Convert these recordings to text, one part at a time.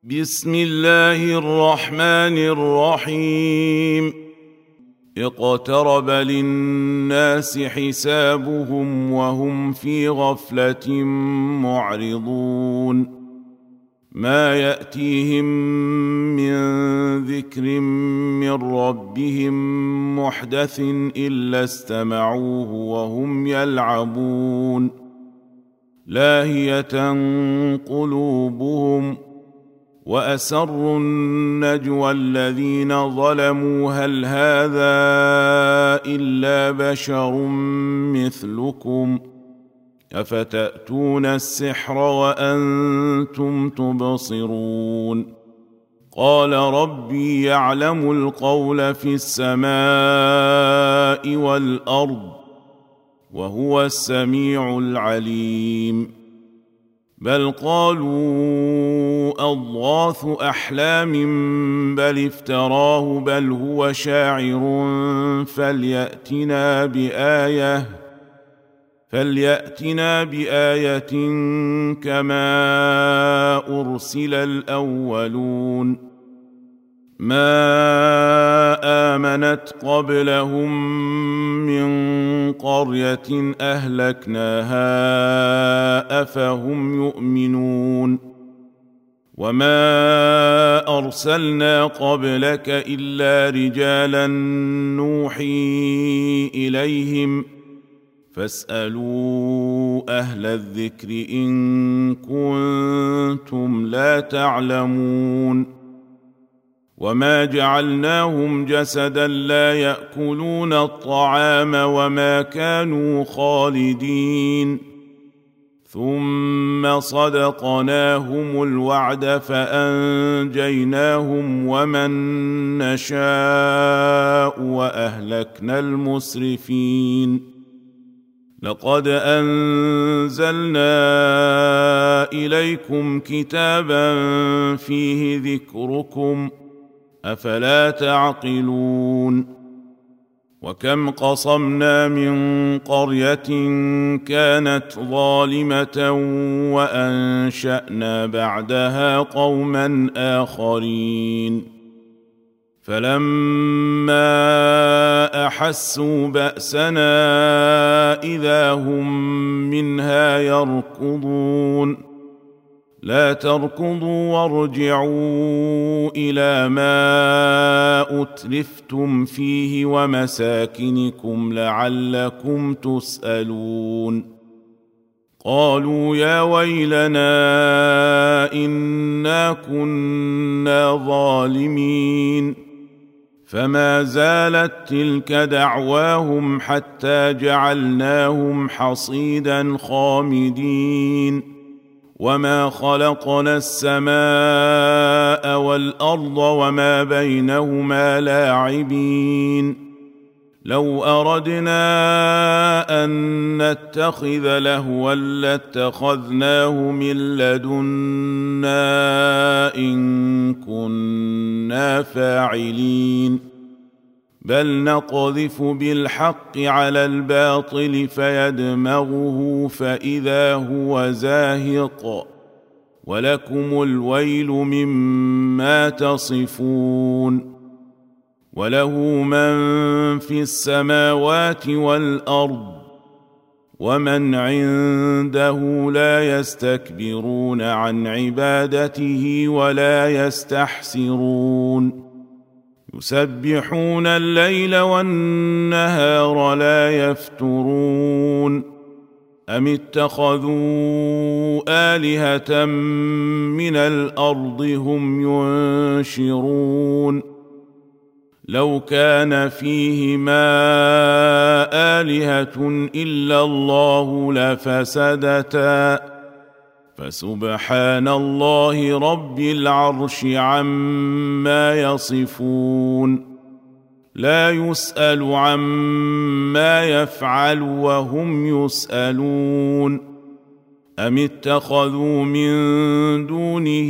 بسم الله الرحمن الرحيم. اقترب للناس حسابهم وهم في غفلة معرضون. ما يأتيهم من ذكر من ربهم محدث إلا استمعوه وهم يلعبون. لاهية قلوبهم وأسروا النجوى الذين ظلموا هل هذا إلا بشر مثلكم أفتأتون السحر وأنتم تبصرون. قال ربي يعلم القول في السماء والأرض وهو السميع العليم. بل قالوا أضغاث أحلام بل افتراه بل هو شاعر فليأتنا بآية كما أرسل الأولون. ما آمنت قبلهم من قرية أهلكناها أفهم يؤمنون. وما أرسلنا قبلك إلا رجالا نوحي إليهم فاسألوا أهل الذكر إن كنتم لا تعلمون. وما جعلناهم جسدا لا يأكلون الطعام وما كانوا خالدين. ثم صدقناهم الوعد فأنجيناهم ومن نشاء وأهلكنا المسرفين. لقد أنزلنا إليكم كتابا فيه ذكركم أفلا تعقلون. وكم قصمنا من قرية كانت ظالمة وأنشأنا بعدها قوما آخرين. فلما أحسوا بأسنا إذا هم منها يركضون. لا تركضوا وارجعوا إلى ما أترفتم فيه ومساكنكم لعلكم تسألون. قالوا يا ويلنا إنا كنا ظالمين. فما زالت تلك دعواهم حتى جعلناهم حصيدا خامدين. وما خلقنا السماء والأرض وما بينهما لاعبين. لو أردنا أن نتخذ لهوا لاتخذناه من لدنا إن كنا فاعلين. بل نقذف بالحق على الباطل فيدمغه فإذا هو زاهق ولكم الويل مما تصفون. وله من في السماوات والأرض ومن عنده لا يستكبرون عن عبادته ولا يستحسرون. يسبحون الليل والنهار لا يفترون. أم اتخذوا آلهة من الأرض هم ينشرون. لو كان فيهما آلهة إلا الله لفسدتا فسبحان الله رب العرش عما يصفون. لا يسأل عما يفعل وهم يسألون. أم اتخذوا من دونه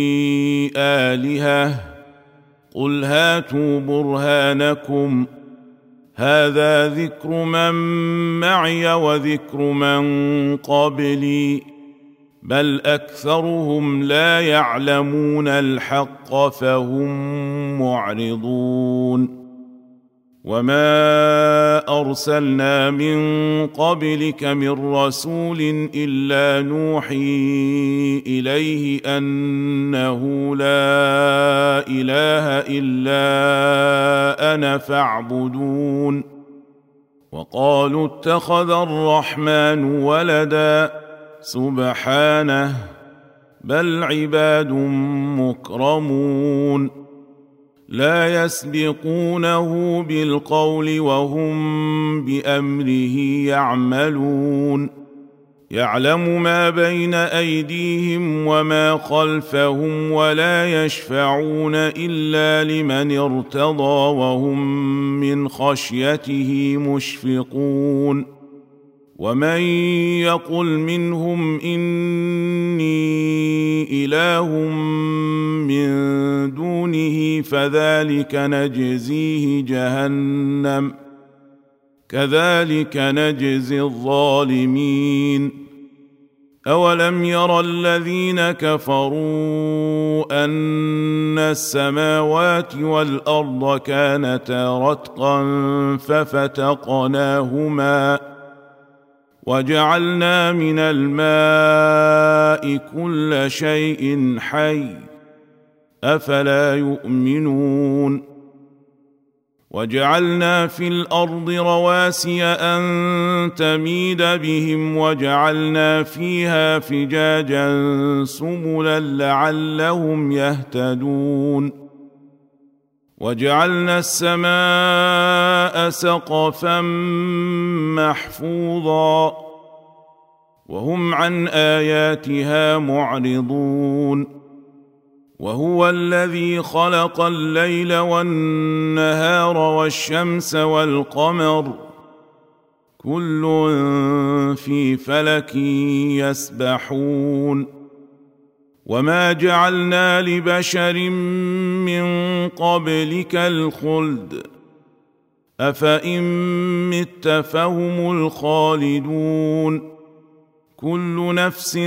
آلهة قل هاتوا برهانكم هذا ذكر من معي وذكر من قبلي بل اكثرهم لا يعلمون الحق فهم معرضون. وما ارسلنا من قبلك من رسول الا نوحي اليه انه لا اله الا انا فاعبدون. وقالوا اتخذ الرحمن ولدا سبحانه بل عباد مكرمون لا يسبقونه بالقول وهم بامره يعملون. يعلم ما بين ايديهم وما خلفهم ولا يشفعون الا لمن ارتضى وهم من خشيته مشفقون. ومن يقل منهم اني اله من دونه فذلك نجزيه جهنم كذلك نجزي الظالمين. اولم ير الذين كفروا ان السماوات والارض كانتا رتقا ففتقناهما وجعلنا من الماء كل شيء حي افلا يؤمنون. وجعلنا في الارض رواسي ان تميد بهم وجعلنا فيها فجاجا سبلا لعلهم يهتدون. وجعلنا السماء سقفا محفوظا وهم عن اياتها معرضون. وهو الذي خلق الليل والنهار والشمس والقمر كل في فلك يسبحون. وما جعلنا لبشر من قبلك الخلد افان مت فهم الخالدون. كل نفس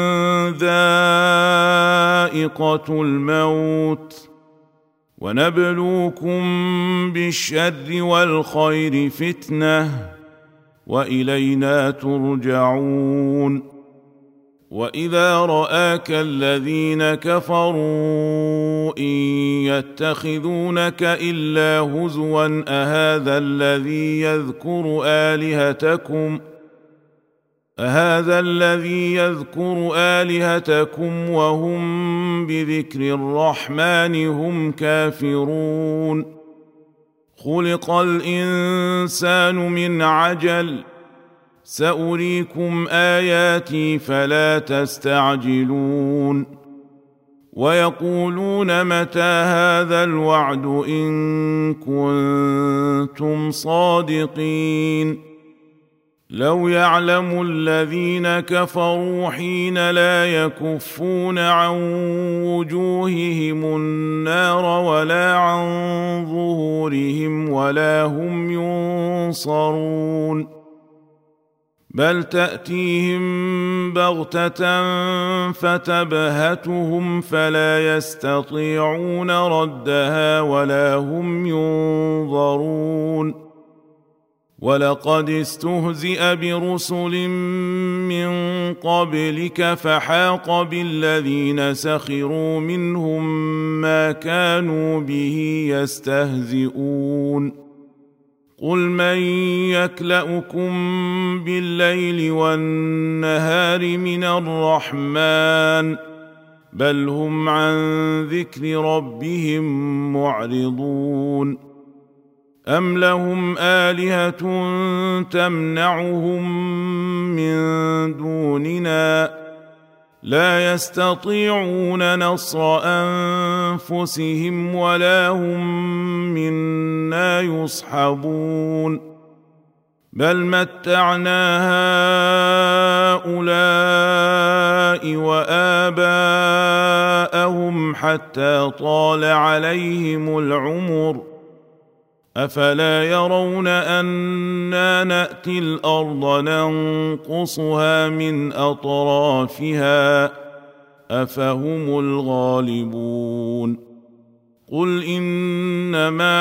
ذائقة الموت ونبلوكم بالشر والخير فتنة وإلينا ترجعون. وإذا رآك الذين كفروا إن يتخذونك إلا هزوا أهذا الذي يذكر آلهتكم وهم بذكر الرحمن هم كافرون. خلق الإنسان من عجل سأريكم آياتي فلا تستعجلون. ويقولون متى هذا الوعد إن كنتم صادقين. لو يعلم الذين كفروا حين لا يكفون عن وجوههم النار ولا عن ظهورهم ولا هم ينصرون بل تأتيهم بغتة فتبهتهم فلا يستطيعون ردها ولا هم ينظرون. ولقد استهزئ برسل من قبلك فحاق بالذين سخروا منهم ما كانوا به يستهزئون. قل من يكلؤكم بالليل والنهار من الرحمن بل هم عن ذكر ربهم معرضون. أم لهم آلهة تمنعهم من دوننا لا يستطيعون نصر أنفسهم ولا هم منا يصحبون بل متعنا هؤلاء وآباءهم حتى طال عليهم العمر افلا يرون انا ناتي الارض ننقصها من اطرافها افهم الغالبون قل انما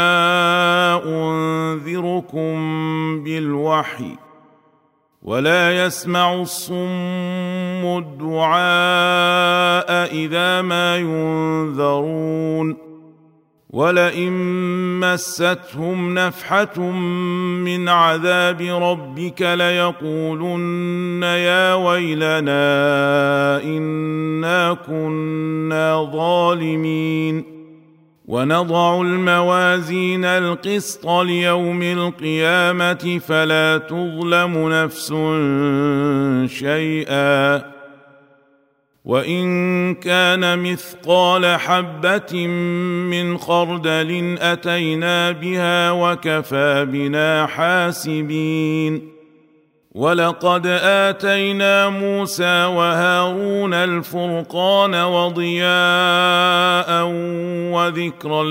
انذركم بالوحي ولا يسمع الصم الدعاء اذا ما ينذرون ولئن مستهم نفحة من عذاب ربك ليقولن يا ويلنا إنا كنا ظالمين ونضع الموازين القسط ليوم القيامة فلا تظلم نفس شيئا وإن كان مثقال حبة من خردل أتينا بها وكفى بنا حاسبين ولقد آتينا موسى وهارون الفرقان وضياء وذكرا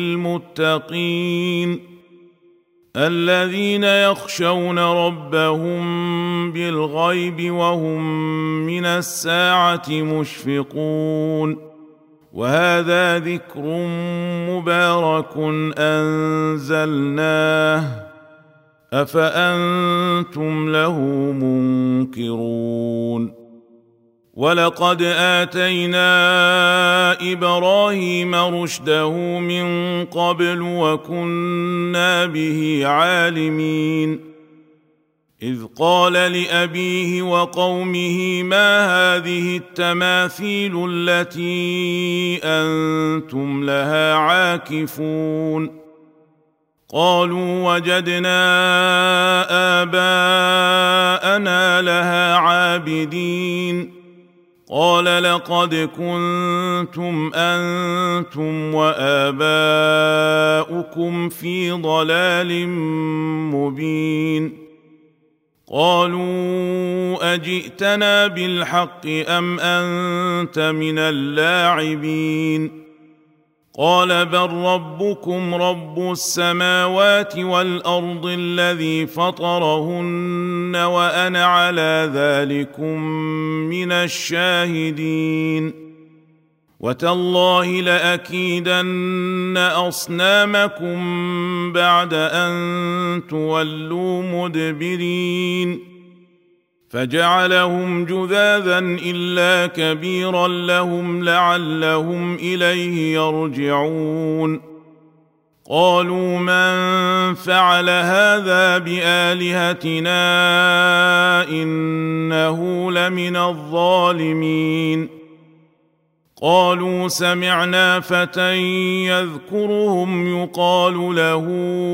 للمتقين الذين يخشون ربهم بالغيب وهم من الساعة مشفقون وهذا ذكر مبارك أنزلناه أفأنتم له منكرون ولقد آتينا إبراهيم رشده من قبل وكنا به عالمين إذ قال لأبيه وقومه ما هذه التماثيل التي أنتم لها عاكفون قالوا وجدنا آباءنا لها عابدين قال لقد كنتم أنتم وآباؤكم في ضلال مبين قالوا أجئتنا بالحق أم أنت من اللاعبين قال بل ربكم رب السماوات والأرض الذي فطرهن وأنا على ذلكم من الشاهدين وتالله لأكيدن أصنامكم بعد أن تولوا مدبرين فجعلهم جذاذا إلا كبيرا لهم لعلهم إليه يرجعون قالوا من فعل هذا بآلهتنا إنه لمن الظالمين قالوا سمعنا فتى يذكرهم يقال له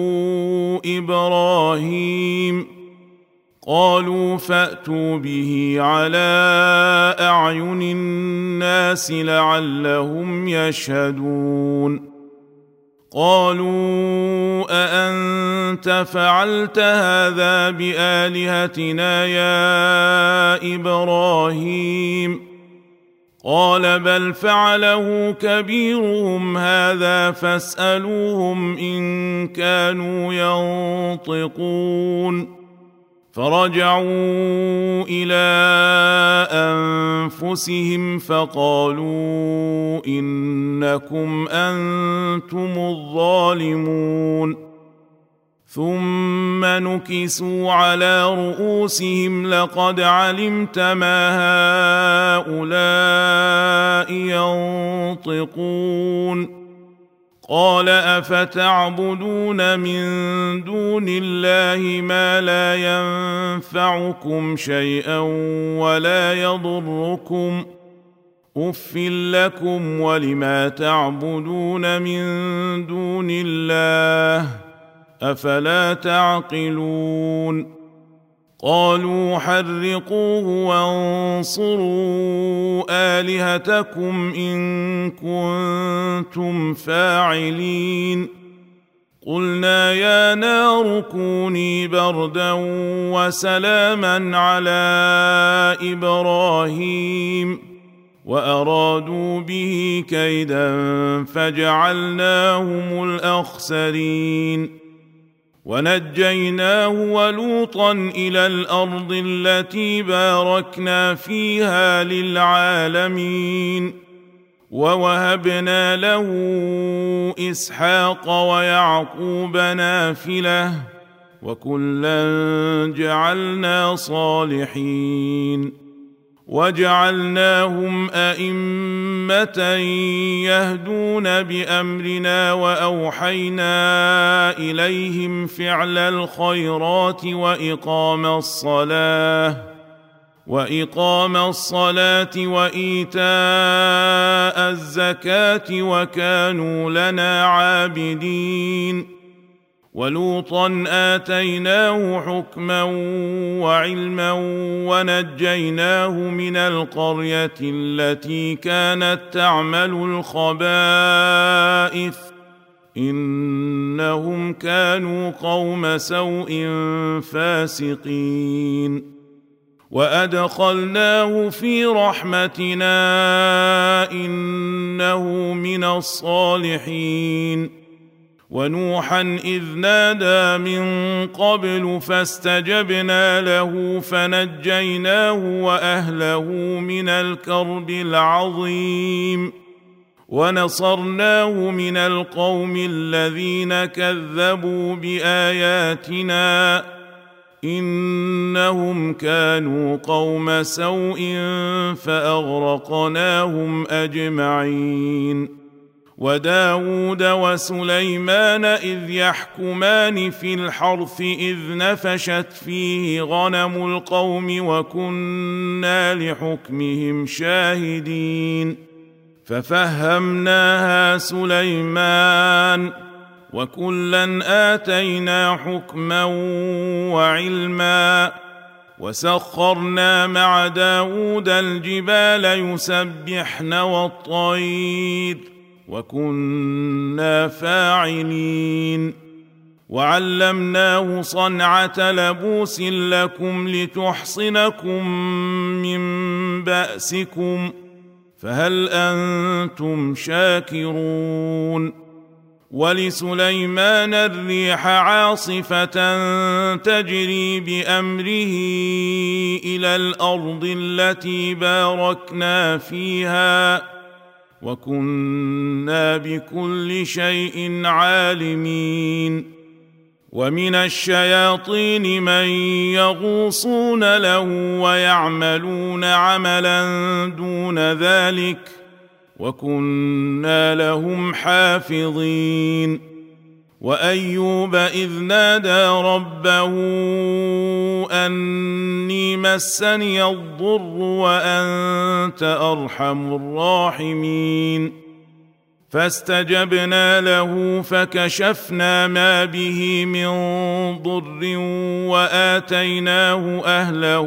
إبراهيم قالوا فأتوا به على أعين الناس لعلهم يشهدون قالوا أأنت فعلت هذا بآلهتنا يا إبراهيم قال بل فعله كبيرهم هذا فاسألوهم إن كانوا ينطقون فرجعوا إلى أنفسهم فقالوا إنكم أنتم الظالمون ثم نكسوا على رؤوسهم لقد علمت ما هؤلاء ينطقون قال أفتعبدون من دون الله ما لا ينفعكم شيئا ولا يضركم أف لكم ولما تعبدون من دون الله أفلا تعقلون قالوا حرقوه وانصروا آلهتكم إن كنتم فاعلين قلنا يا نار كوني بردا وسلاما على إبراهيم وأرادوا به كيدا فجعلناهم الأخسرين ونجيناه ولوطا إلى الأرض التي باركنا فيها للعالمين ووهبنا له إسحاق ويعقوب نافلة وكلا جعلنا صالحين وجعلناهم أئمة يهدون بأمرنا وأوحينا إليهم فعل الخيرات وإقام الصلاة وإيتاء الزكاة وكانوا لنا عابدين ولوطا آتيناه حكما وعلما ونجيناه من القرية التي كانت تعمل الخبائث إنهم كانوا قوم سوء فاسقين وأدخلناه في رحمتنا إنه من الصالحين ونوحا إذ نادى من قبل فاستجبنا له فنجيناه وأهله من الكرب العظيم ونصرناه من القوم الذين كذبوا بآياتنا إنهم كانوا قوم سوء فأغرقناهم أجمعين وداود وسليمان إذ يحكمان في الحرث إذ نفشت فيه غنم القوم وكنا لحكمهم شاهدين ففهمناها سليمان وكلا آتينا حكما وعلما وسخرنا مع داود الجبال يسبحن والطير وكنا فاعلين وعلمناه صنعة لبوس لكم لتحصنكم من بأسكم فهل أنتم شاكرون ولسليمان الريح عاصفة تجري بأمره إلى الأرض التي باركنا فيها وكنا بكل شيء عالمين ومن الشياطين من يغوصون له ويعملون عملا دون ذلك وكنا لهم حافظين وأيوب إذ نادى ربه أني مسني الضر وأنت أرحم الراحمين فاستجبنا له فكشفنا ما به من ضر وآتيناه أهله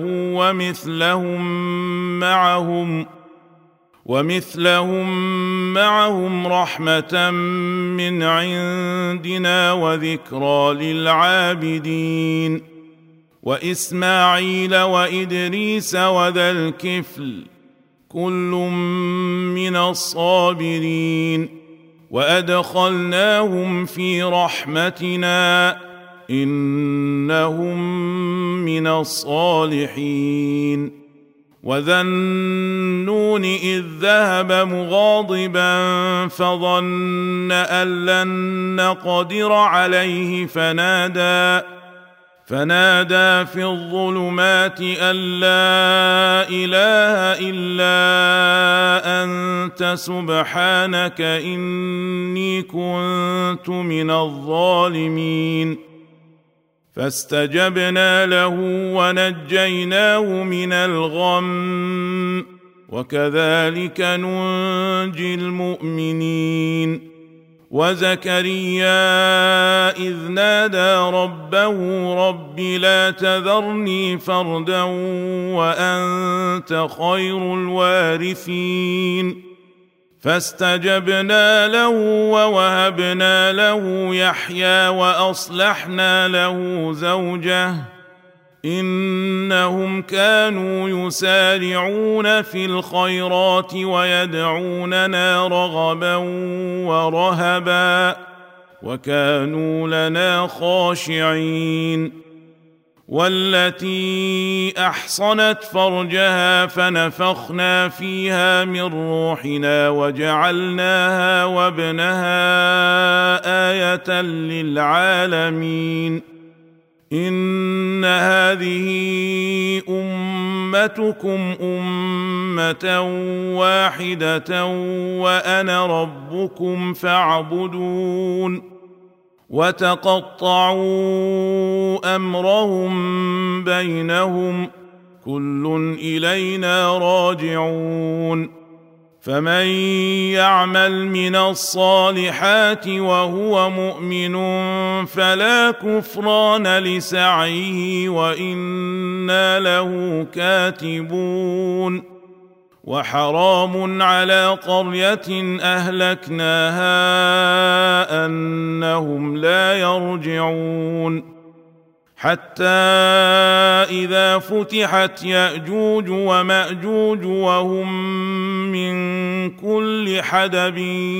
ومثلهم معهم رحمة من عندنا وذكرى للعابدين وإسماعيل وإدريس وذا الكفل كل من الصابرين وأدخلناهم في رحمتنا إنهم من الصالحين وذا النون إذ ذهب مغاضبا فظن أن لن نقدر عليه فنادى في الظلمات أن لا إله إلا أنت سبحانك إني كنت من الظالمين فاستجبنا له ونجيناه من الغم وكذلك ننجي المؤمنين وزكريا إذ نادى ربه رب لا تذرني فردا وأنت خير الوارثين فاستجبنا له ووهبنا له يحيى وأصلحنا له زوجه إنهم كانوا يسارعون في الخيرات ويدعوننا رغبا ورهبا وكانوا لنا خاشعين. والتي احصنت فرجها فنفخنا فيها من روحنا وجعلناها وابنها ايه للعالمين. ان هذه امتكم امه واحده وانا ربكم فاعبدون. وتقطعوا امرهم بينهم كل الينا راجعون. فمن يعمل من الصالحات وهو مؤمن فلا كفران لسعيه وانا له كاتبون. وحرام على قرية أهلكناها أنهم لا يرجعون. حتى إذا فتحت يأجوج ومأجوج وهم من كل حدب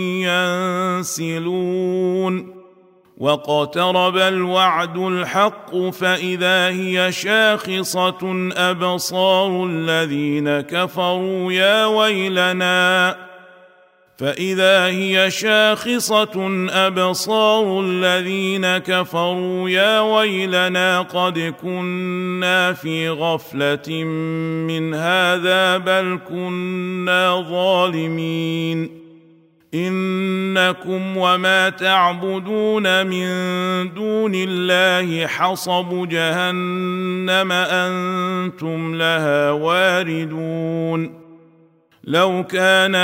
ينسلون. واقترب الوعد الحق فإذا هي شاخصة أبصار الذين كفروا يا ويلنا قد كنا في غفلة من هذا بل كنا ظالمين. إنكم وما تعبدون من دون الله حصب جهنم أنتم لها واردون. لو كان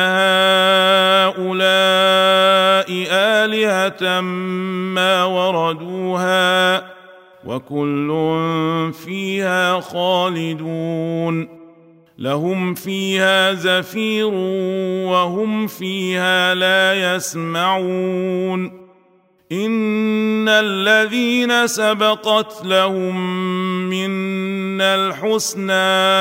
هؤلاء آلهة ما وردوها وكل فيها خالدون. لهم فيها زفير وهم فيها لا يسمعون. إن الذين سبقت لهم منا الحسنى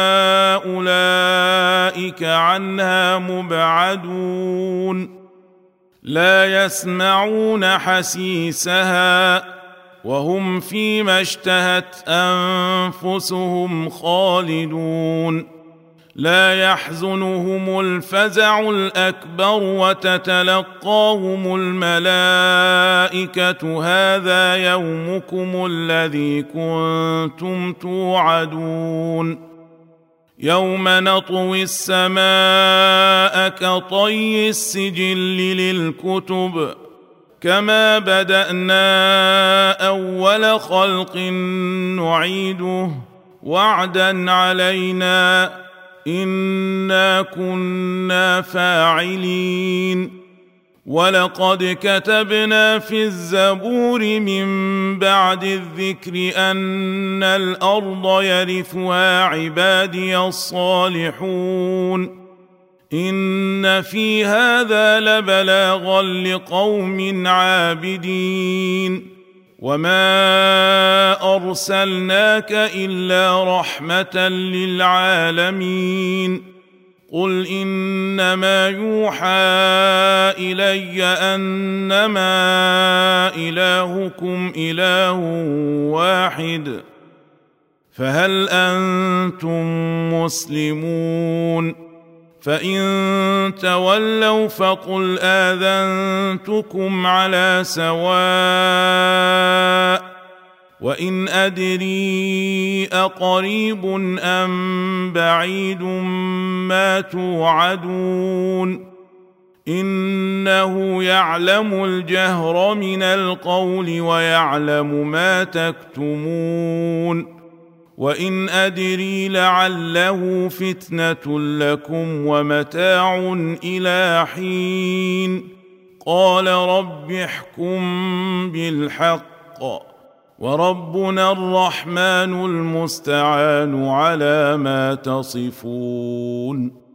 أولئك عنها مبعدون. لا يسمعون حسيسها وهم فيما اشتهت أنفسهم خالدون. لا يحزنهم الفزع الأكبر وتتلقاهم الملائكة هذا يومكم الذي كنتم توعدون. يوم نطوي السماء كطي السجل للكتب كما بدأنا أول خلق نعيده وعدا علينا إنا كنا فاعلين. ولقد كتبنا في الزبور من بعد الذكر أن الأرض يرثها عبادي الصالحون. إن في هذا لبلاغا لقوم عابدين. وما أرسلناك إلا رحمة للعالمين. قل إنما يوحى إلي أنما إلهكم إله واحد فهل أنتم مسلمون؟ فإن تولوا فقل آذنتكم على سواء. وإن أدري أقريب أم بعيد ما توعدون إنه يعلم الجهر من القول ويعلم ما تكتمون. وإن أدري لعله فتنة لكم ومتاع إلى حين. قال رب احكم بالحق وربنا الرحمن المستعان على ما تصفون.